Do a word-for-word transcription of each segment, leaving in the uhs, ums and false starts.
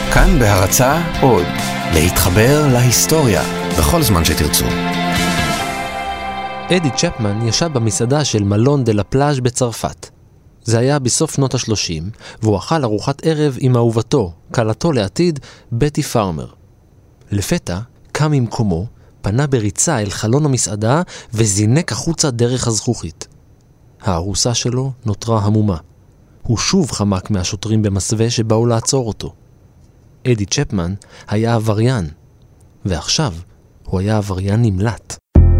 כאן בהרצאה עוד, להתחבר להיסטוריה, בכל זמן שתרצו. אדי צ'פמן ישב במסעדה של מלון דה לה פלאז' בצרפת. זה היה בסוף שנות השלושים, והוא אכל ארוחת ערב עם אהובתו, כלתו לעתיד, בטי פארמר. לפתע, קם ממקומו, פנה בריצה אל חלון המסעדה וזינק החוצה דרך הזכוכית. הארוסה שלו נותרה המומה. הוא שוב חמק מהשוטרים במסווה שבאו לעצור אותו. אדי צ'פמן היה עבריין, ועכשיו הוא היה עבריין נמלט.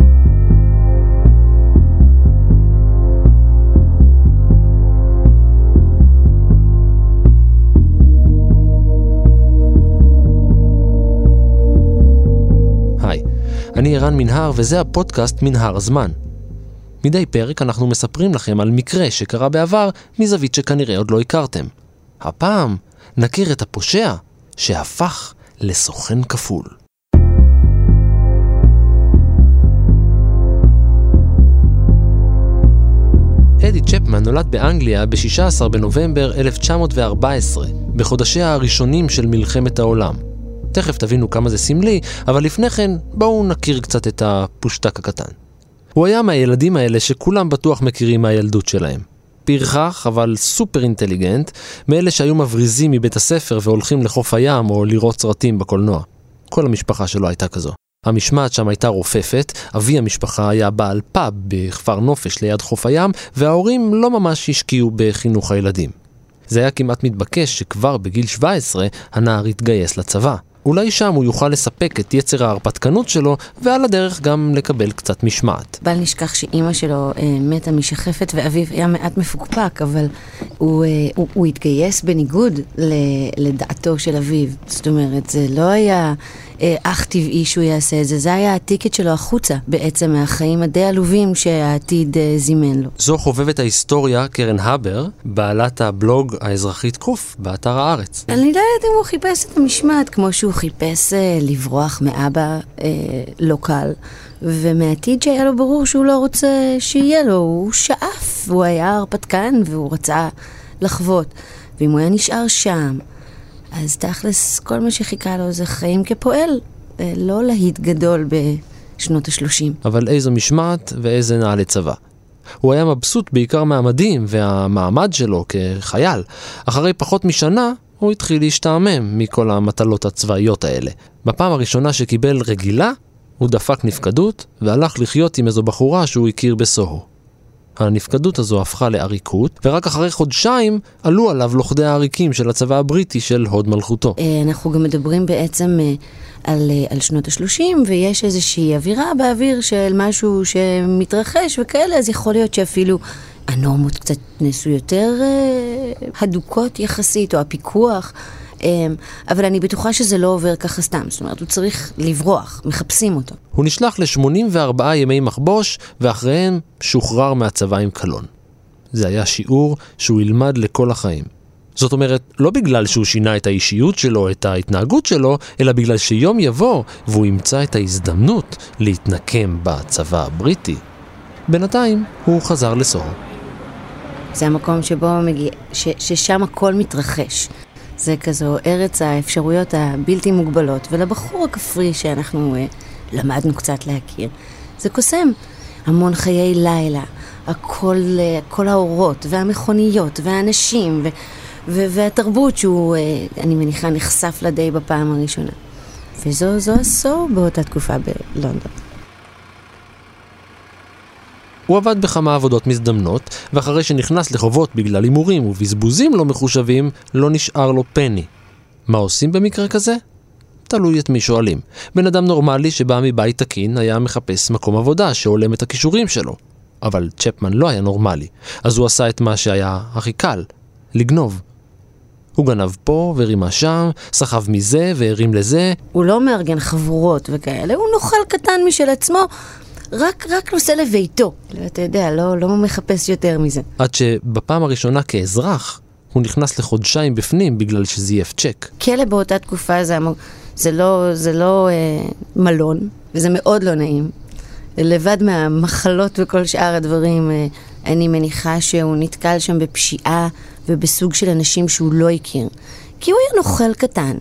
היי, אני ערן מנהר וזה הפודקאסט מנהר הזמן. מדי פרק אנחנו מספרים לכם על מקרה שקרה בעבר מזווית שכנראה עוד לא הכרתם. הפעם נכיר את הפושע שהפך לסוכן כפול. אדי צ'פמן נולד באנגליה ב-שישה עשר בנובמבר אלף תשע מאות וארבע עשרה, בחודשיה הראשונים של מלחמת העולם. תכף תבינו כמה זה סמלי, אבל לפני כן בואו נכיר קצת את הפושטק הקטן. הוא היה מהילדים האלה שכולם בטוח מכירים מהילדות שלהם. פרחח, אבל סופר אינטליגנט, מאלה שהיו מבריזים מבית הספר והולכים לחוף הים או לראות סרטים בקולנוע. כל המשפחה שלו הייתה כזו. המשמעת שם הייתה רופפת, אבי המשפחה היה בעל פאב בכפר נופש ליד חוף הים, וההורים לא ממש השקיעו בחינוך הילדים. זה היה כמעט מתבקש שכבר בגיל שבע עשרה הנער התגייס לצבא. אולי שם הוא יוכל לספק את יצר ההרפתקנות שלו, ועל הדרך גם לקבל קצת משמעת. בל נשכח שאימא שלו אה, מתה משחפת, ואביו היה מעט מפוקפק, אבל הוא, אה, הוא, הוא התגייס בניגוד ל, לדעתו של אביו. זאת אומרת, זה לא היה אה, אך טבעי שהוא יעשה את זה, זה היה הטיקט שלו החוצה, בעצם מהחיים הדי עלובים שהעתיד אה, זימן לו. זו חובבת ההיסטוריה קרן הבר, בעלת הבלוג האזרחית קוף, באתר הארץ. אני לא יודעת אם הוא חיפש את המשמעת כמו שהוא חיפש אה, לברוח מאבא אה, לא קל, ומעתיד שהיה לו ברור שהוא לא רוצה שיהיה לו, הוא שאף, הוא היה הרפתקן והוא רצה לחוות, ואם הוא היה נשאר שם, אז תכלס כל מה שחיכה לו זה חיים כפועל, אה, לא להיט גדול בשנות השלושים. אבל איזו משמעת ואיזה נעלי צבא. הוא היה מבסוט בעיקר מהמדים והמעמד שלו כחייל. אחרי פחות משנה הוא התחיל להשתעמם מכל המטלות הצבאיות האלה. בפעם הראשונה שקיבל רגילה, הוא דפק נפקדות והלך לחיות עם איזו בחורה שהוא הכיר בסוהו. הנפקדות הזו הפכה לעריקות, ורק אחרי חודשיים עלו עליו לוכדי העריקים של הצבא הבריטי של הוד מלכותו. אנחנו גם מדברים בעצם על, על שנות השלושים, ויש איזושהי אווירה באוויר של משהו שמתרחש וכאלה, אז יכול להיות שאפילו הנורמות קצת נעשו יותר אה, הדוקות יחסית, או הפיקוח, אה, אבל אני בטוחה שזה לא עובר ככה סתם, זאת אומרת, הוא צריך לברוח, מחפשים אותו. הוא נשלח ל-שמונים וארבעה ימי מחבוש, ואחריהם שוחרר מהצבא עם קלון. זה היה שיעור שהוא ילמד לכל החיים. זאת אומרת, לא בגלל שהוא שינה את האישיות שלו, את ההתנהגות שלו, אלא בגלל שיום יבוא, והוא ימצא את ההזדמנות להתנקם בצבא הבריטי. בינתיים הוא חזר לסוהו. זה המקום שבו מגיע, ש, ששם הכל מתרחש. זה כזו ארץ האפשרויות הבלתי מוגבלות, ולבחור הכפרי שאנחנו אה, למדנו קצת להכיר. זה קוסם המון חיי לילה, הכל, אה, כל האורות והמכוניות והאנשים ו, ו, והתרבות שהוא, אה, אני מניחה, נחשף לדי בפעם הראשונה. וזו זו הסור באותה תקופה בלונדון. הוא עבד בכמה עבודות מזדמנות, ואחרי שנכנס לחובות בגלל הימורים ובזבוזים לא מחושבים, לא נשאר לו פני. מה עושים במקרה כזה? תלוי את מי שואלים. בן אדם נורמלי שבא מבית תקין היה מחפש מקום עבודה שעולם את הכישורים שלו. אבל צ'פמן לא היה נורמלי, אז הוא עשה את מה שהיה הכי קל, לגנוב. הוא גנב פה ורימה שם, סחב מזה והרים לזה. הוא לא מארגן חבורות וכאלה, הוא נוכל קטן משל עצמו, רק, רק נוסע לביתו. אתה יודע, לא, לא מחפש יותר מזה. עד שבפעם הראשונה כאזרח, הוא נכנס לחודשיים בפנים בגלל שזייף צ'ק. כלא באותה תקופה זה, זה לא, זה לא אה, מלון, וזה מאוד לא נעים. לבד מהמחלות וכל שאר הדברים, אה, אני מניחה שהוא נתקל שם בפשיעה ובסוג של אנשים שהוא לא הכיר. כי הוא היה נוכל קטן.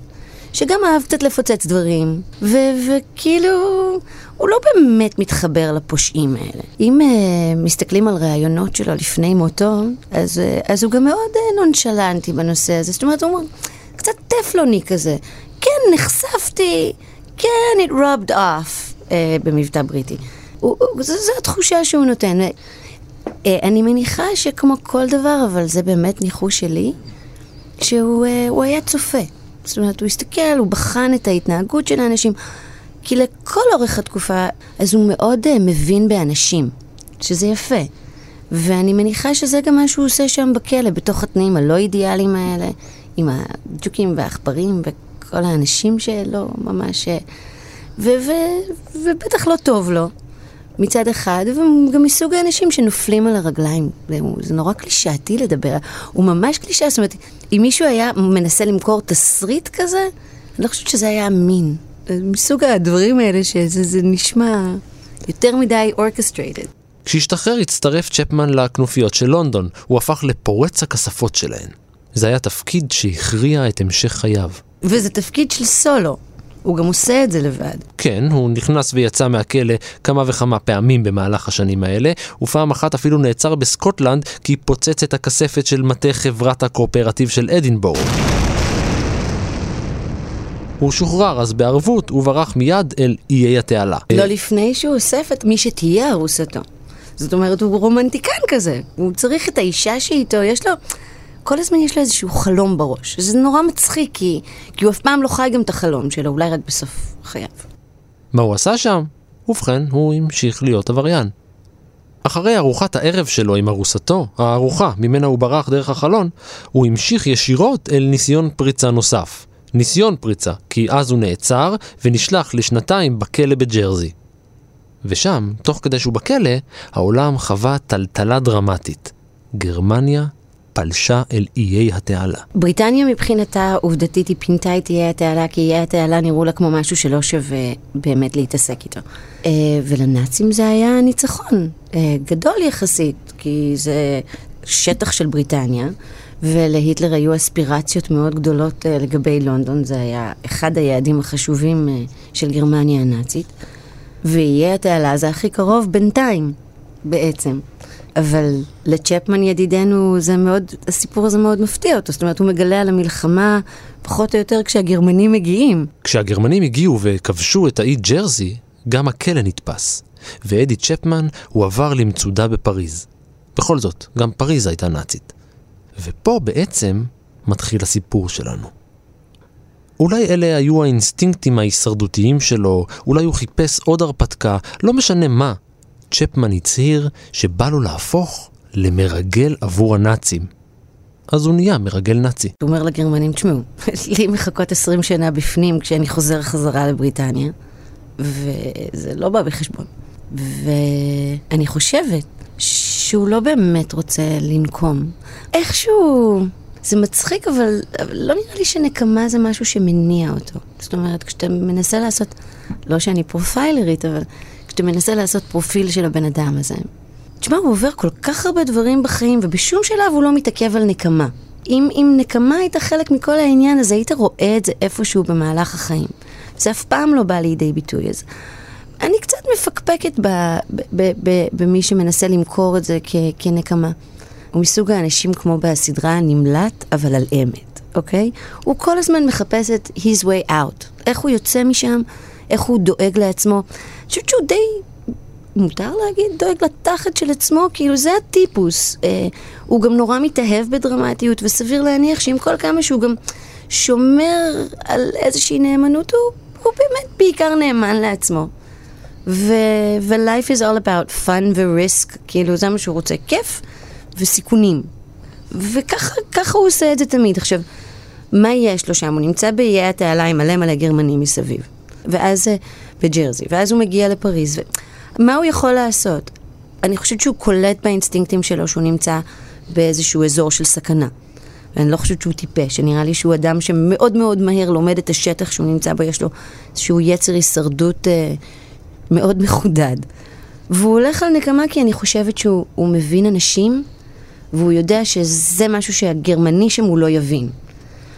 שגם אהב קצת לפוצץ דברים, ו- וכאילו הוא לא באמת מתחבר לפושעים האלה. אם uh, מסתכלים על רעיונות שלו לפני מותו, אז, uh, אז הוא גם מאוד uh, נונשלנטי בנושא הזה. זאת אומרת, הוא אומר, קצת טפלוני כזה. כן, נחשפתי, כן, it rubbed off, uh, במבטא בריטי. הוא, הוא, זו, זו התחושה שהוא נותן. Uh, אני מניחה שכמו כל דבר, אבל זה באמת ניחוש שלי, שהוא uh, הוא היה צופה. זאת אומרת, הוא הסתכל, הוא בחן את ההתנהגות של האנשים, כי לכל אורך התקופה, אז הוא מאוד uh, מבין באנשים, שזה יפה. ואני מניחה שזה גם מה שהוא עושה שם בכלא, בתוך התנאים הלא אידיאליים האלה, עם הג'וקים והאחברים וכל האנשים שלו ממש, ו- ו- ובטח לא טוב לו, מצד אחד, וגם מסוג האנשים שנופלים על הרגליים. זה נורא קלישאתי לדבר, הוא ממש קלישאה, זאת אומרת, אם מישהו היה מנסה למכור תסריט כזה, אני לא חושבת שזה היה אמין. מסוג הדברים האלה שזה זה נשמע יותר מדי orchestrated. כשהשתחרר הצטרף צ'פמן לכנופיות של לונדון, הוא הפך לפורץ הכספות שלהן. זה היה תפקיד שהכריע את המשך חייו. וזה תפקיד של סולו. הוא גם עושה את זה לבד. כן, הוא נכנס ויצא מהכלא כמה וכמה פעמים במהלך השנים האלה, ופעם אחת אפילו נעצר בסקוטלנד כי פוצץ את הכספת של מטה חברת הקואופרטיב של אדינבורו. הוא שוחרר אז בערבות וברח מיד אל איי התעלה. לא לפני שהוא אוסף את מי שתהיה ארוסתו. זאת אומרת, הוא רומנטיקן כזה. הוא צריך את האישה שאיתו, יש לו... כל הזמן יש לו איזשהו חלום בראש. זה נורא מצחיק, כי, כי הוא אף פעם לא חי גם את החלום שלו, אולי רק בסוף חייו. מה הוא עשה שם? ובכן, הוא המשיך להיות עבריין. אחרי ארוחת הערב שלו עם ארוסתו, הארוחה ממנה הוא ברח דרך החלון, הוא המשיך ישירות אל ניסיון פריצה נוסף. ניסיון פריצה, כי אז הוא נעצר ונשלח לשנתיים בכלא בג'רזי. ושם, תוך כדי שהוא בכלא, העולם חווה טלטלה דרמטית. גרמניה פלשה אל איי התעלה. בריטניה מבחינתה עובדתית היא פינתה את איי התעלה, כי איי התעלה נראו לה כמו משהו שלא שווה באמת להתעסק איתו. ולנאצים זה היה ניצחון גדול יחסית, כי זה שטח של בריטניה, ולהיטלר היו אספירציות מאוד גדולות לגבי לונדון, זה היה אחד היעדים החשובים של גרמניה הנאצית, ואיי התעלה זה הכי קרוב בינתיים בעצם. אבל לצ'פמן ידידנו זה מאוד, הסיפור הזה מאוד מפתיע אותו, זאת אומרת הוא מגלה על המלחמה פחות או יותר כשהגרמנים מגיעים. כשהגרמנים הגיעו וכבשו את האי ג'רזי, גם הכלא נתפס, ואדי צ'פמן הוא עבר למצודה בפריז. בכל זאת, גם פריז הייתה נאצית. ופה בעצם מתחיל הסיפור שלנו. אולי אלה היו האינסטינקטים ההישרדותיים שלו, אולי הוא חיפש עוד הרפתקה, לא משנה מה. צ'פמן הצהיר שבא לו להפוך למרגל עבור הנאצים. אז הוא נהיה מרגל נאצי. הוא אומר לגרמנים, תשמעו, לי מחכות עשרים שנה בפנים כשאני חוזר חזרה לבריטניה, וזה לא בא בחשבון. ואני חושבת שהוא לא באמת רוצה לנקום. איכשהו, זה מצחיק, אבל, אבל לא נראה לי שנקמה זה משהו שמניע אותו. זאת אומרת, כשאתה מנסה לעשות, לא שאני פרופיילרית, אבל כשאתה מנסה לעשות פרופיל של הבן אדם הזה, תשמע, הוא עובר כל כך הרבה דברים בחיים, ובשום שלב הוא לא מתעכב על נקמה. אם, אם נקמה הייתה חלק מכל העניין, אז היית רואה את זה איפשהו במהלך החיים. זה אף פעם לא בא לידי ביטוי. אז אני קצת מפקפקת ב, ב, ב, ב, במי שמנסה למכור את זה כ, כנקמה. הוא מסוג האנשים כמו בסדרה הנמלט, אבל על אמת, אוקיי? הוא כל הזמן מחפש את his way out. איך הוא יוצא משם, איך הוא דואג לעצמו. אני חושבת שהוא די, מותר להגיד, דואג לתחת של עצמו, כאילו זה הטיפוס. אה, הוא גם נורא מתאהב בדרמטיות, וסביר להניח שעם כל כמה שהוא גם שומר על איזושהי נאמנות, הוא, הוא באמת בעיקר נאמן לעצמו. ו- ו-life is all about fun ו-risk, כאילו זה מה שהוא רוצה, כיף וסיכונים. וככה ככה הוא עושה את זה תמיד. עכשיו, מה יש לו שם? הוא נמצא באיי התעלה עם מלא מלא גרמנים מסביב. ואז בג'רזי, ואז הוא מגיע לפריז. ו- מה הוא יכול לעשות? אני חושבת שהוא קולט באינסטינקטים שלו שהוא נמצא באיזשהו אזור של סכנה. ואני לא חושבת שהוא טיפש, נראה לי שהוא אדם שמאוד מאוד מהר לומד את השטח שהוא נמצא בו, יש לו איזשהו יצר הישרדות אה, מאוד מחודד. והוא הולך על נקמה כי אני חושבת שהוא מבין אנשים, והוא יודע שזה משהו שהגרמני שם הוא לא יבין.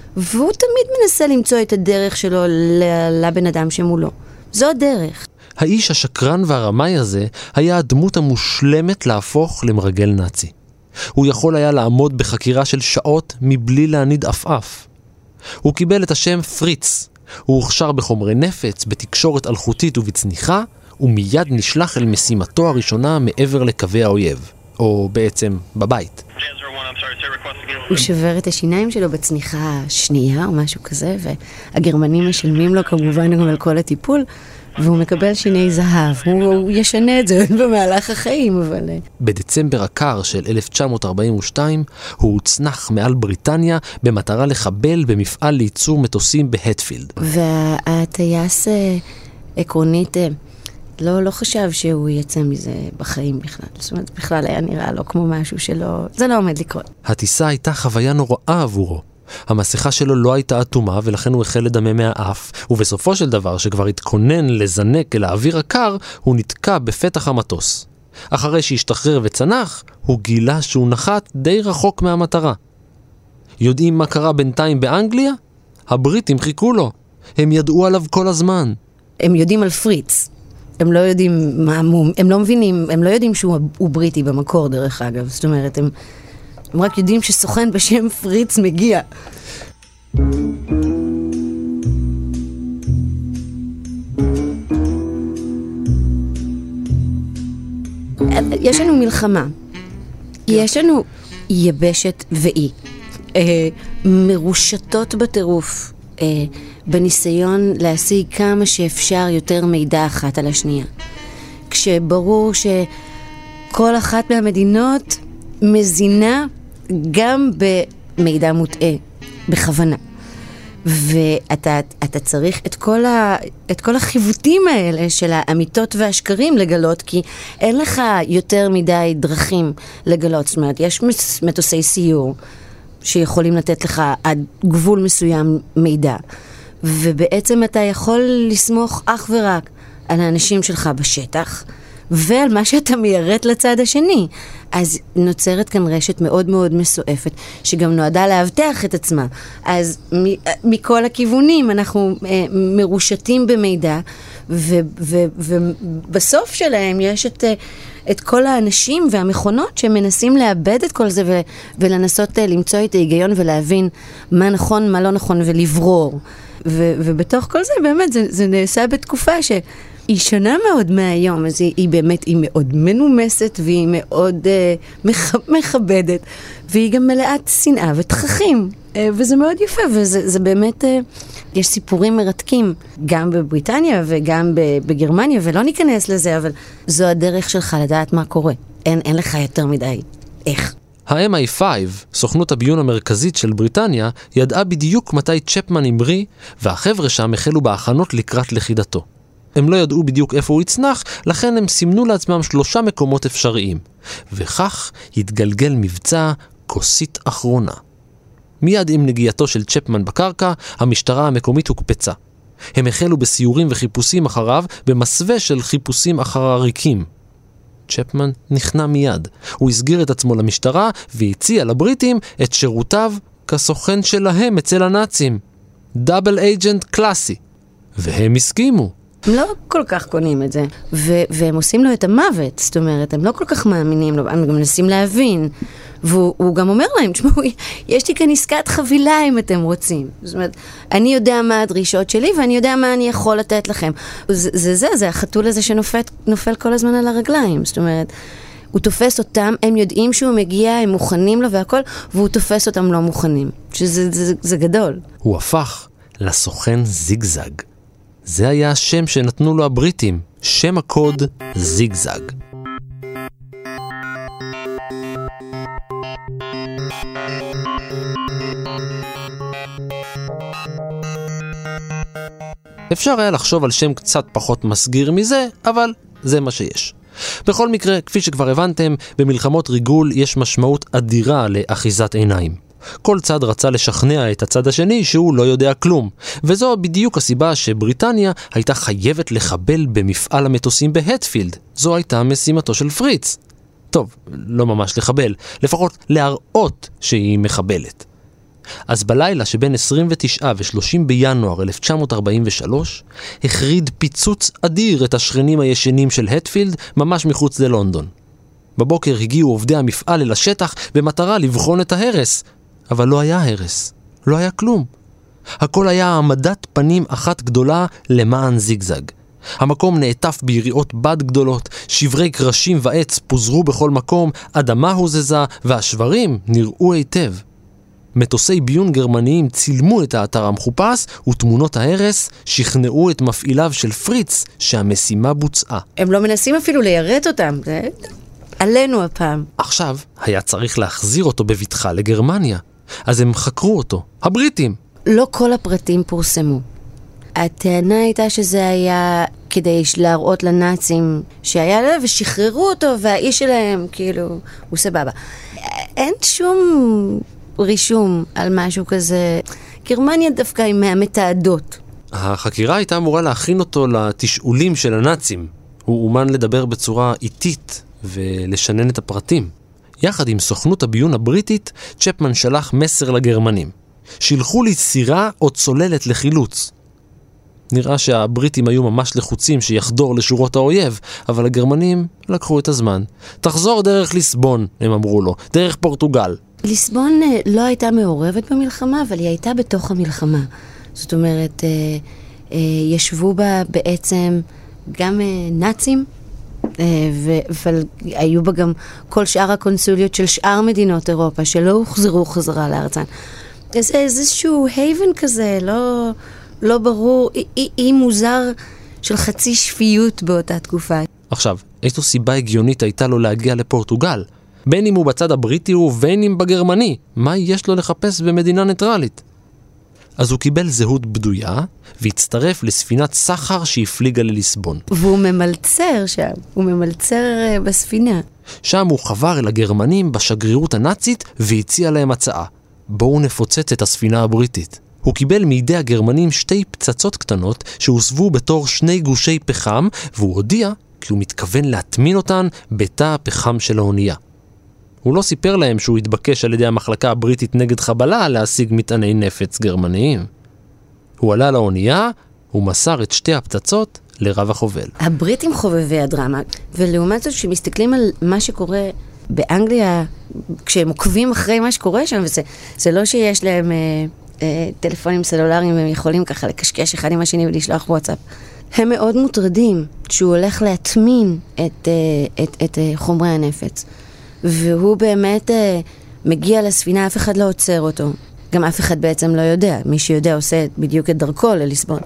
והוא תמיד מנסה למצוא את הדרך שלו לבן אדם שמולו. זו הדרך. האיש השקרן והרמאי הזה היה הדמות המושלמת להפוך למרגל נאצי. הוא יכול היה לעמוד בחקירה של שעות מבלי להניד אפף. הוא קיבל את השם פריץ. הוא הוכשר בחומרי נפץ, בתקשורת אלחוטית ובצניחה, ומיד נשלח אל משימתו הראשונה מעבר לקווי האויב. או בעצם בבית. הוא שבר את השיניים שלו בצניחה השנייה או משהו כזה, והגרמנים משלמים לו כמובן גם על כל הטיפול, והוא מקבל שיני זהב. הוא, הוא ישנה את זה במהלך החיים, אבל... בדצמבר הקר של אלף תשע מאות ארבעים ושתיים הוא הוצנח מעל בריטניה במטרה לחבל במפעל לייצור מטוסים בהטפילד. והטייס עקרונית לא, לא חשב שהוא יצא מזה בחיים בכלל. זאת אומרת, בכלל היה נראה לו כמו משהו שלא... זה לא עומד לקרות. הטיסה הייתה חוויה נוראה עבורו. המסכה שלו לא הייתה אטומה ולכן הוא החל לדמם מהאף, ובסופו של דבר שכבר התכונן לזנק אל האוויר הקר, הוא נתקע בפתח המטוס. אחרי שהשתחרר וצנח, הוא גילה שהוא נחת די רחוק מהמטרה. יודעים מה קרה בינתיים באנגליה? הבריטים חיכו לו. הם ידעו עליו כל הזמן. הם יודעים על פריץ. הם לא יודעים מה, הם לא מבינים, הם לא יודעים שהוא בריטי במקור דרך אגב. זאת אומרת, הם... הם רק יודעים שסוכן בשם פריץ מגיע. יש לנו מלחמה. יש לנו יבשת ואי. אה, מרושתות בטירוף. אה, בניסיון להשיג כמה שאפשר יותר מידע אחת על השנייה. כשברור שכל אחת מהמדינות מזינה גם במידע מוטעה, בכוונה. ואתה אתה צריך את כל, ה, את כל החיוותים האלה של האמיתות והשקרים לגלות, כי אין לך יותר מדי דרכים לגלות. זאת אומרת, יש מטוסי סיור שיכולים לתת לך עד גבול מסוים מידע, ובעצם אתה יכול לסמוך אך ורק על האנשים שלך בשטח, ועל מה שאתה מיירט לצד השני. אז נוצרת כאן רשת מאוד מאוד מסועפת, שגם נועדה להבטח את עצמה. אז מ- מכל הכיוונים אנחנו אה, מרושתים במידע, ו- ו- ובסוף שלהם יש את, אה, את כל האנשים והמכונות שמנסים לאבד את כל זה, ו- ולנסות אה, למצוא את ההיגיון ולהבין מה נכון, מה לא נכון, ולברור. ו- ובתוך כל זה באמת זה, זה נעשה בתקופה ש... היא שונה מאוד מהיום, אז היא, היא באמת, היא מאוד מנומסת, והיא מאוד uh, מח, מכבדת, והיא גם מלאת שנאה ותככים, uh, וזה מאוד יפה, וזה זה באמת, uh, יש סיפורים מרתקים, גם בבריטניה וגם בגרמניה, ולא ניכנס לזה, אבל זו הדרך שלך לדעת מה קורה. אין, אין לך יותר מדי. איך? ה-אם איי חמש, סוכנות הביון המרכזית של בריטניה, ידעה בדיוק מתי צ'פמן המריא, והחבר'ה שם החלו בהכנות לקראת לכידתו. הם לא ידעו בדיוק איפה הוא יצנח, לכן הם סימנו לעצמם שלושה מקומות אפשריים. וכך התגלגל מבצע כוסית אחרונה. מיד עם נגיעתו של צ'פמן בקרקע, המשטרה המקומית הוקפצה. הם החלו בסיורים וחיפושים אחריו, במסווה של חיפושים אחר עריקים. צ'פמן נכנע מיד. הוא הסגיר את עצמו למשטרה, והציע לבריטים את שירותיו כסוכן שלהם אצל הנאצים. דאבל אייג'נט קלאסי. והם הסכימו. הם לא כל כך קונים את זה, ו- והם עושים לו את המוות, זאת אומרת, הם לא כל כך מאמינים לו, הם גם מנסים להבין, והוא גם אומר להם, תשמעו, יש לי כאן עסקת חבילה אם אתם רוצים, זאת אומרת, אני יודע מה הדרישות שלי, ואני יודע מה אני יכול לתת לכם. זה זה, זה, זה החתול הזה שנופל כל הזמן על הרגליים, זאת אומרת, הוא תופס אותם, הם יודעים שהוא מגיע, הם מוכנים לו והכל, והוא תופס אותם לא מוכנים, שזה זה, זה גדול. הוא הפך לסוכן זיגזג. זה היה השם שנתנו לו הבריטים, שם הקוד זיגזג. אפשר היה לחשוב על שם קצת פחות מסגיר מזה, אבל זה מה שיש. בכל מקרה, כפי שכבר הבנתם, במלחמות ריגול יש משמעות אדירה לאחיזת עיניים. כל צד רצה לשכנע את הצד השני שהוא לא יודע כלום, וזו בדיוק הסיבה שבריטניה הייתה חייבת לחבל במפעל המטוסים בהטפילד. זו הייתה משימתו של פריץ. טוב, לא ממש לחבל, לפחות להראות שהיא מחבלת. אז בלילה שבין עשרים ותשעה ו-שלושים בינואר אלף תשע מאות ארבעים ושלוש, החריד פיצוץ אדיר את השכנים הישנים של הטפילד ממש מחוץ ללונדון. בבוקר הגיעו עובדי המפעל אל השטח במטרה לבחון את ההרס, אבל לא היה הרס, לא היה כלום. הכל היה העמדת פנים אחת גדולה למען זיגזג. המקום נעטף ביריעות בד גדולות, שברי קרשים ועץ פוזרו בכל מקום, אדמה הוזזה והשברים נראו היטב. מטוסי ביון גרמניים צילמו את האתר המחופש, ותמונות ההרס שכנעו את מפעיליו של פריץ שהמשימה בוצעה. הם לא מנסים אפילו ליירט אותם, זה עלינו הפעם. עכשיו היה צריך להחזיר אותו בבטחה לגרמניה, אז הם חקרו אותו, הבריטים. לא כל הפרטים פורסמו. הטענה הייתה שזה היה כדי להראות לנאצים שהיה לה ושחררו אותו, והאיש שלהם כאילו הוא סבבה. אין שום רישום על משהו כזה. גרמניה דווקא היא מהמתעדות. החקירה הייתה אמורה להכין אותו לתשאולים של הנאצים. הוא אומן לדבר בצורה איטית ולשנן את הפרטים. יחד עם סוכנות הביון הבריטית, צ'פמן שלח מסר לגרמנים. שילחו לי סירה או צוללת לחילוץ. נראה שהבריטים היו ממש לחוצים שיחדור לשורות האויב, אבל הגרמנים לקחו את הזמן. תחזור דרך ליסבון, הם אמרו לו, דרך פורטוגל. ליסבון לא הייתה מעורבת במלחמה, אבל היא הייתה בתוך המלחמה. זאת אומרת, ישבו בה בעצם גם נאצים, אבל היו בה גם כל שאר הקונסוליות של שאר מדינות אירופה, שלא הוחזרו חזרה לארצן. זה איזשהו הייבן כזה, לא, לא ברור, אי, אי מוזר של חצי שפיות באותה תקופה. עכשיו, איזו סיבה הגיונית הייתה לו להגיע לפורטוגל? בין אם הוא בצד הבריטי ובין אם בגרמני. מה יש לו לחפש במדינה ניטרלית? אז הוא קיבל זהות בדויה, והצטרף לספינת סחר שהפליגה לליסבון. והוא ממלצר שם, הוא ממלצר בספינה. שם הוא חבר אל הגרמנים בשגרירות הנאצית והציע להם הצעה. בואו נפוצץ את הספינה הבריטית. הוא קיבל מידי הגרמנים שתי פצצות קטנות שהוסבו בתור שני גושי פחם, והוא הודיע כי הוא מתכוון להטמין אותן בתא הפחם של האונייה. הוא לא סיפר להם שהוא התבקש על ידי המחלקה הבריטית נגד חבלה להשיג מטעני נפץ גרמניים. הוא עלה לאונייה ומסר את שתי הפצצות לרב החובל. הבריטים חובבי הדרמה, ולעומת זאת שמסתכלים על מה שקורה באנגליה, כשהם עוקבים אחרי מה שקורה שם, וזה זה לא שיש להם אה, אה, טלפונים סלולריים, והם יכולים ככה לקשקש אחד עם השני ולשלוח וואטסאפ. הם מאוד מוטרדים שהוא הולך להטמין את, אה, את, את אה, חומרי הנפץ. והוא באמת אה, מגיע לספינה, אף אחד לא עוצר אותו. גם אף אחד בעצם לא יודע. מי שיודע עושה בדיוק את דרכו לליסבון.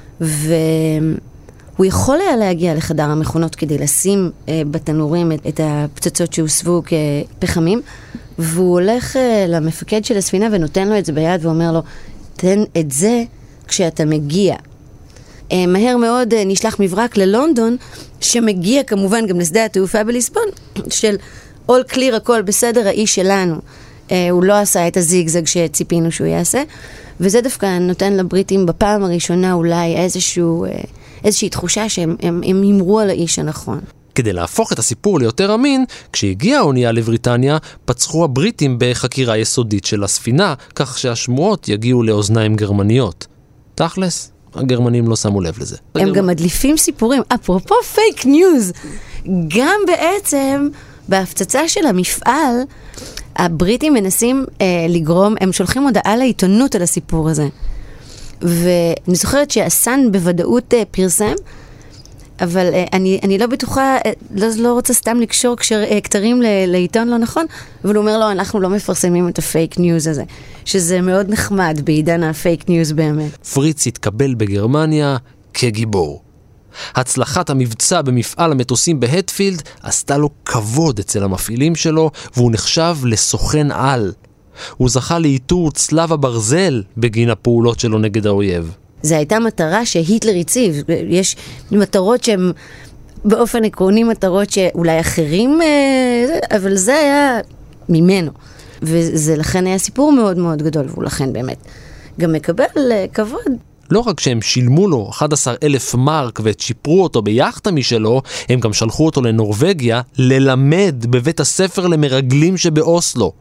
והוא יכול היה להגיע לחדר המכונות כדי לשים אה, בתנורים את, את הפצצות שהוסבו כפחמים, והוא הולך אה, למפקד של הספינה ונותן לו את זה ביד ואומר לו, תן את זה כשאתה מגיע. אה, מהר מאוד אה, נשלח מברק ללונדון, שמגיע כמובן גם לשדה התעופה בליסבון, של all clear, הכל בסדר, האיש שלנו. אה, הוא לא עשה את הזיגזג שציפינו שהוא יעשה, וזה דווקא נותן לבריטים בפעם הראשונה אולי איזשהו, אה, איזושהי תחושה שהם הם, הם ימרו על האיש הנכון. כדי להפוך את הסיפור ליותר אמין, כשהגיעה האונייה לבריטניה, פצחו הבריטים בחקירה יסודית של הספינה, כך שהשמועות יגיעו לאוזניים גרמניות. תכלס, הגרמנים לא שמו לב לזה. הם הגרמנ... גם מדליפים סיפורים. אפרופו פייק ניוז, גם בעצם בהפצצה של המפעל, הבריטים מנסים אה, לגרום, הם שולחים הודעה לעיתונות על הסיפור הזה. ואני זוכרת שהסן בוודאות אה, פרסם, אבל אה, אני, אני לא בטוחה, אה, לא, לא רוצה סתם לקשור קשר, אה, כתרים ל, לעיתון לא נכון, אבל הוא אומר לו, אנחנו לא מפרסמים את הפייק ניוז הזה, שזה מאוד נחמד בעידן הפייק ניוז באמת. פריץ התקבל בגרמניה כגיבור. הצלחת המבצע במפעל המטוסים בהטפילד עשתה לו כבוד אצל המפעילים שלו, והוא נחשב לסוכן על. הוא זכה לאיתור צלב הברזל בגין הפעולות שלו נגד האויב. זו הייתה מטרה שהיטלר הציב. יש מטרות שהן באופן עקרוני מטרות שאולי אחרים, אבל זה היה ממנו. וזה לכן היה סיפור מאוד מאוד גדול, והוא לכן באמת גם מקבל כבוד. לא רק שהם שילמו לו אחד עשר אלף מרק וצ'יפרו אותו ביחטה משלו, הם גם שלחו אותו לנורווגיה ללמד בבית הספר למרגלים שבאוסלו.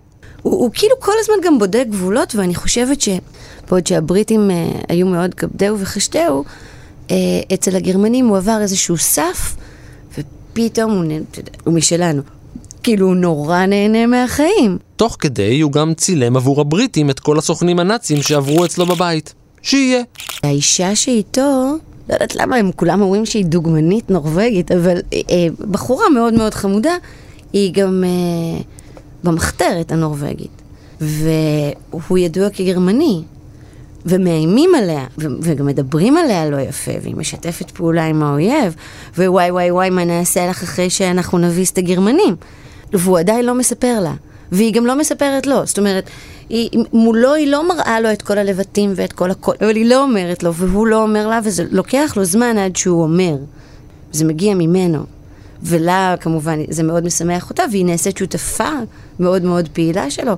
הוא, הוא כאילו כל הזמן גם בודק גבולות, ואני חושבת שבעוד שהבריטים אה, היו מאוד כבדהו וחשדהו, אה, אצל הגרמנים הוא עבר איזשהו סף, ופתאום הוא, הוא משלנו. כאילו הוא נורא נהנה מהחיים. תוך כדי הוא גם צילם עבור הבריטים את כל הסוכנים הנאצים שעברו אצלו בבית. שיהיה. האישה שאיתו, לא יודעת למה הם כולם אומרים שהיא דוגמנית נורווגית, אבל אה, בחורה מאוד מאוד חמודה, היא גם אה, במחתרת הנורווגית. והוא ידוע כגרמני, ומאיימים עליה, ו- וגם מדברים עליה לא יפה, והיא משתפת פעולה עם האויב, ווואי וואי וואי מה נעשה לך אחרי שאנחנו נביס את הגרמנים. והוא עדיין לא מספר לה, והיא גם לא מספרת לו, זאת אומרת, היא, מולו היא לא מראה לו את כל הלבטים ואת כל הכל, אבל היא לא אומרת לו, והוא לא אומר לה, וזה לוקח לו זמן עד שהוא אומר. זה מגיע ממנו. ולה, כמובן, זה מאוד משמח אותה, והיא נעשית שותפה מאוד מאוד פעילה שלו.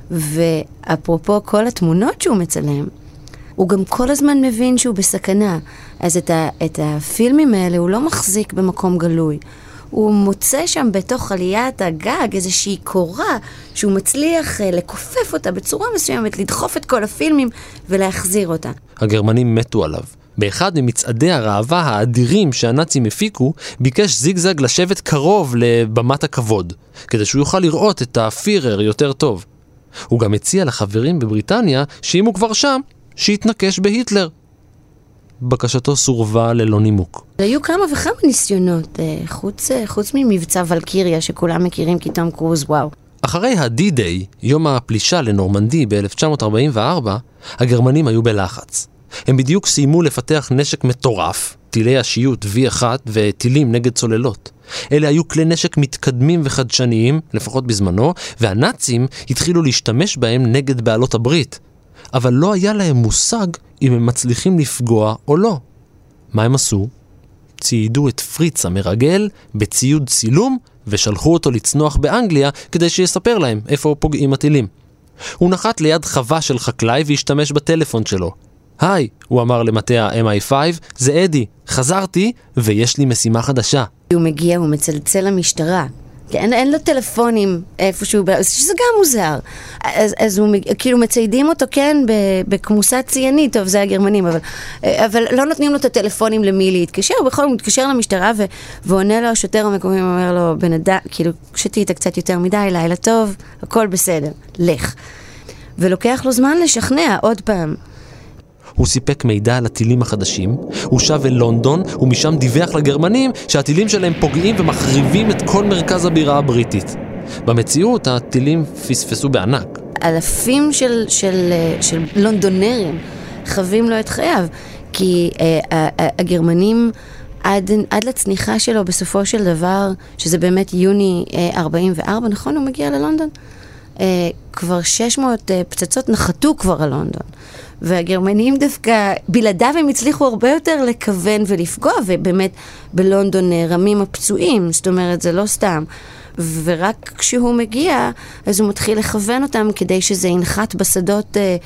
ואפרופו כל התמונות שהוא מצלם, הוא גם כל הזמן מבין שהוא בסכנה. אז את, ה, את הפילמים האלה הוא לא מחזיק במקום גלוי. הוא מוצא שם בתוך עליית הגג איזושהי קורה שהוא מצליח לקופף אותה בצורה מסוימת, לדחוף את כל הפילמים ולהחזיר אותה. הגרמנים מתו עליו. באחד ממצעדי הראווה האדירים שהנאצים הפיקו, ביקש זיגזג לשבת קרוב לבמת הכבוד, כדי שהוא יוכל לראות את הפירר יותר טוב. הוא גם הציע לחברים בבריטניה שאם הוא כבר שם, שיתנקש בהיטלר. בקשתו סורבה ללא נימוק. היו כמה וכמה ניסיונות, חוץ, חוץ ממבצע ולקיריה שכולם מכירים כי תום קרוז, וואו. אחרי ה-D-Day, יום הפלישה לנורמנדי ב-אלף תשע מאות ארבעים וארבע, הגרמנים היו בלחץ. הם בדיוק סיימו לפתח נשק מטורף, טילי השיוט וי אחת וטילים נגד צוללות. אלה היו כלי נשק מתקדמים וחדשניים, לפחות בזמנו, והנאצים התחילו להשתמש בהם נגד בעלות הברית. אבל לא היה להם מושג אם הם מצליחים לפגוע או לא. מה הם עשו? ציידו את פריץ המרגל בציוד צילום ושלחו אותו לצנוח באנגליה כדי שיספר להם איפה פוגעים הטילים. הוא נחת ליד חווה של חקלאי והשתמש בטלפון שלו. היי, הוא אמר למטה ה-אם איי פייב, זה אדי, חזרתי ויש לי משימה חדשה. הוא מגיע, הוא מצלצל למשטרה. אין, אין לו טלפונים איפשהו, שזה גם מוזר. אז, אז הוא, כאילו מציידים אותו, כן, בכמוסה ציינית, טוב, זה הגרמנים, אבל, אבל לא נותנים לו את הטלפונים למי להתקשר, ובכל הוא מתקשר למשטרה, ו, ועונה לו השוטר המקומי, אומר לו, בן אדם, כאילו, שתית קצת יותר מדי, לילה טוב, הכל בסדר, לך. ולוקח לו זמן לשכנע עוד פעם. הוא סיפק מידע על הטילים החדשים, הוא שב אל לונדון, ומשם דיווח לגרמנים שהטילים שלהם פוגעים ומחריבים את כל מרכז הבירה הבריטית. במציאות, הטילים פספסו בענק. אלפים של, של, של לונדונרים חווים לו את חייו, כי אה, הגרמנים עד, עד לצניחה שלו בסופו של דבר, שזה באמת יוני אה, ארבעים וארבע, נכון? הוא מגיע ללונדון? אה, כבר שש מאות אה, פצצות נחתו כבר על לונדון. והגרמנים דווקא, בלעדיו הם הצליחו הרבה יותר לכוון ולפגוע, ובאמת בלונדון נערמים הפצועים, זאת אומרת, זה לא סתם. ורק כשהוא מגיע, אז הוא מתחיל לכוון אותם כדי שזה ינחת בשדות אה, אה,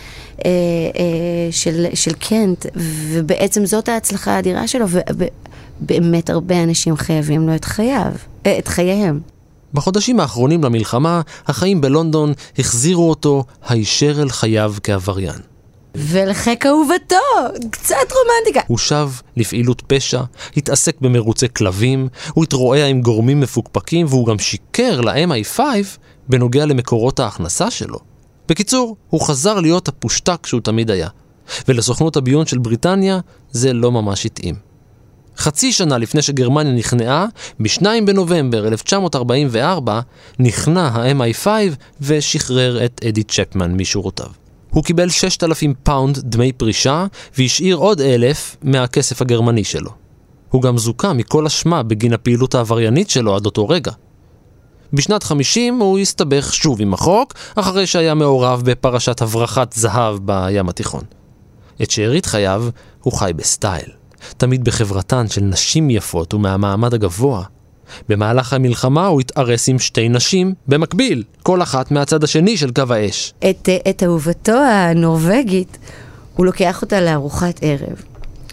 אה, של, של קנט, ובעצם זאת ההצלחה האדירה שלו, ובאמת הרבה אנשים חייבים לו את חייו, אה, את חייהם. בחודשים האחרונים למלחמה, החיים בלונדון החזירו אותו הישר אל חייו כעבריין. ולחק אהובתו, קצת רומנטיקה. הוא שב לפעילות פשע, התעסק במרוצי כלבים, הוא התרועע עם גורמים מפוקפקים, והוא גם שיקר ל-אם איי פייב בנוגע למקורות ההכנסה שלו. בקיצור, הוא חזר להיות הפושטק שהוא תמיד היה. ולסוכנות הביון של בריטניה זה לא ממש התאים. חצי שנה לפני שגרמניה נכנעה, ב-שניים בנובמבר אלף תשע מאות ארבעים וארבע, נכנע ה-אם איי פייב ושחרר את אדי צ'פמן משורותיו. הוא קיבל שישת אלפים פאונד דמי פרישה, והשאיר עוד אלף מהכסף הגרמני שלו. הוא גם זוכה מכל אשמה בגין הפעילות העבריינית שלו עד אותו רגע. בשנת חמישים הוא הסתבך שוב עם החוק, אחרי שהיה מעורב בפרשת הברחת זהב בים התיכון. את שארית חייו הוא חי בסטייל, תמיד בחברתן של נשים יפות ומהמעמד הגבוה. במהלך המלחמה הוא התארס עם שתי נשים במקביל, כל אחת מהצד השני של קו האש. את, את אהובתו הנורווגית, הוא לוקח אותה לארוחת ערב.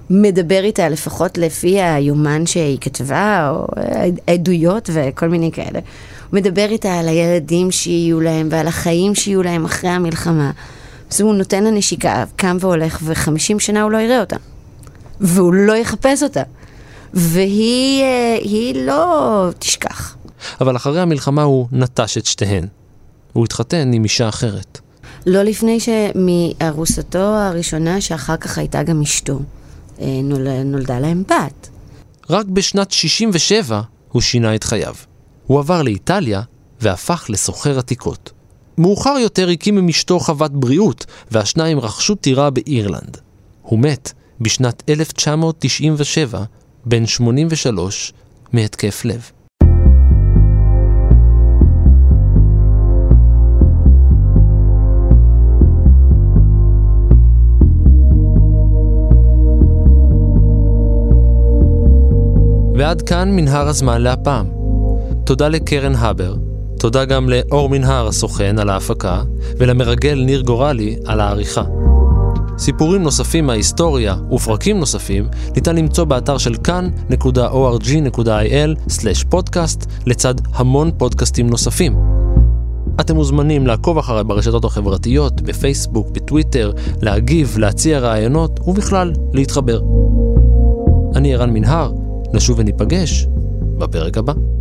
מדבר איתה לפחות לפי היומן שהיא כתבה, או עדויות וכל מיני כאלה. הוא מדבר איתה על הילדים שיהיו להם ועל החיים שיהיו להם אחרי המלחמה. אז הוא נותן לה נשיקה, קם והולך, וחמישים שנה הוא לא יראה אותה. והוא לא יחפש אותה. והיא היא לא תשכח. אבל אחרי המלחמה הוא נטש את שתיהן. הוא התחתן עם אישה אחרת. לא לפני שמארוסתו הראשונה, שאחר כך הייתה גם אשתו, נולדה להם בת. רק בשנת שישים ושבע הוא שינה את חייו. הוא עבר לאיטליה והפך לסוחר עתיקות. מאוחר יותר הקים עם אשתו חוות בריאות, והשניים רכשו טירה באירלנד. הוא מת בשנת אלף תשע מאות תשעים ושבע, בן שמונים ושלוש, מהתקף לב. ועד כאן מנהר הזמן להפעם. תודה לקרן הבר, תודה גם לאור מנהר הסוכן על ההפקה, ולמרגל ניר גורלי על העריכה. סיפורים נוספים מההיסטוריה ופרקים נוספים ניתן למצוא באתר של כאן נקודה או אר ג'י נקודה איי אל סלש פודקאסט לצד המון פודקאסטים נוספים. אתם מוזמנים לעקוב אחרי ברשתות החברתיות, בפייסבוק, בטוויטר, להגיב, להציע רעיונות ובכלל להתחבר. אני ערן מנהר, נשוב וניפגש בפרק הבא.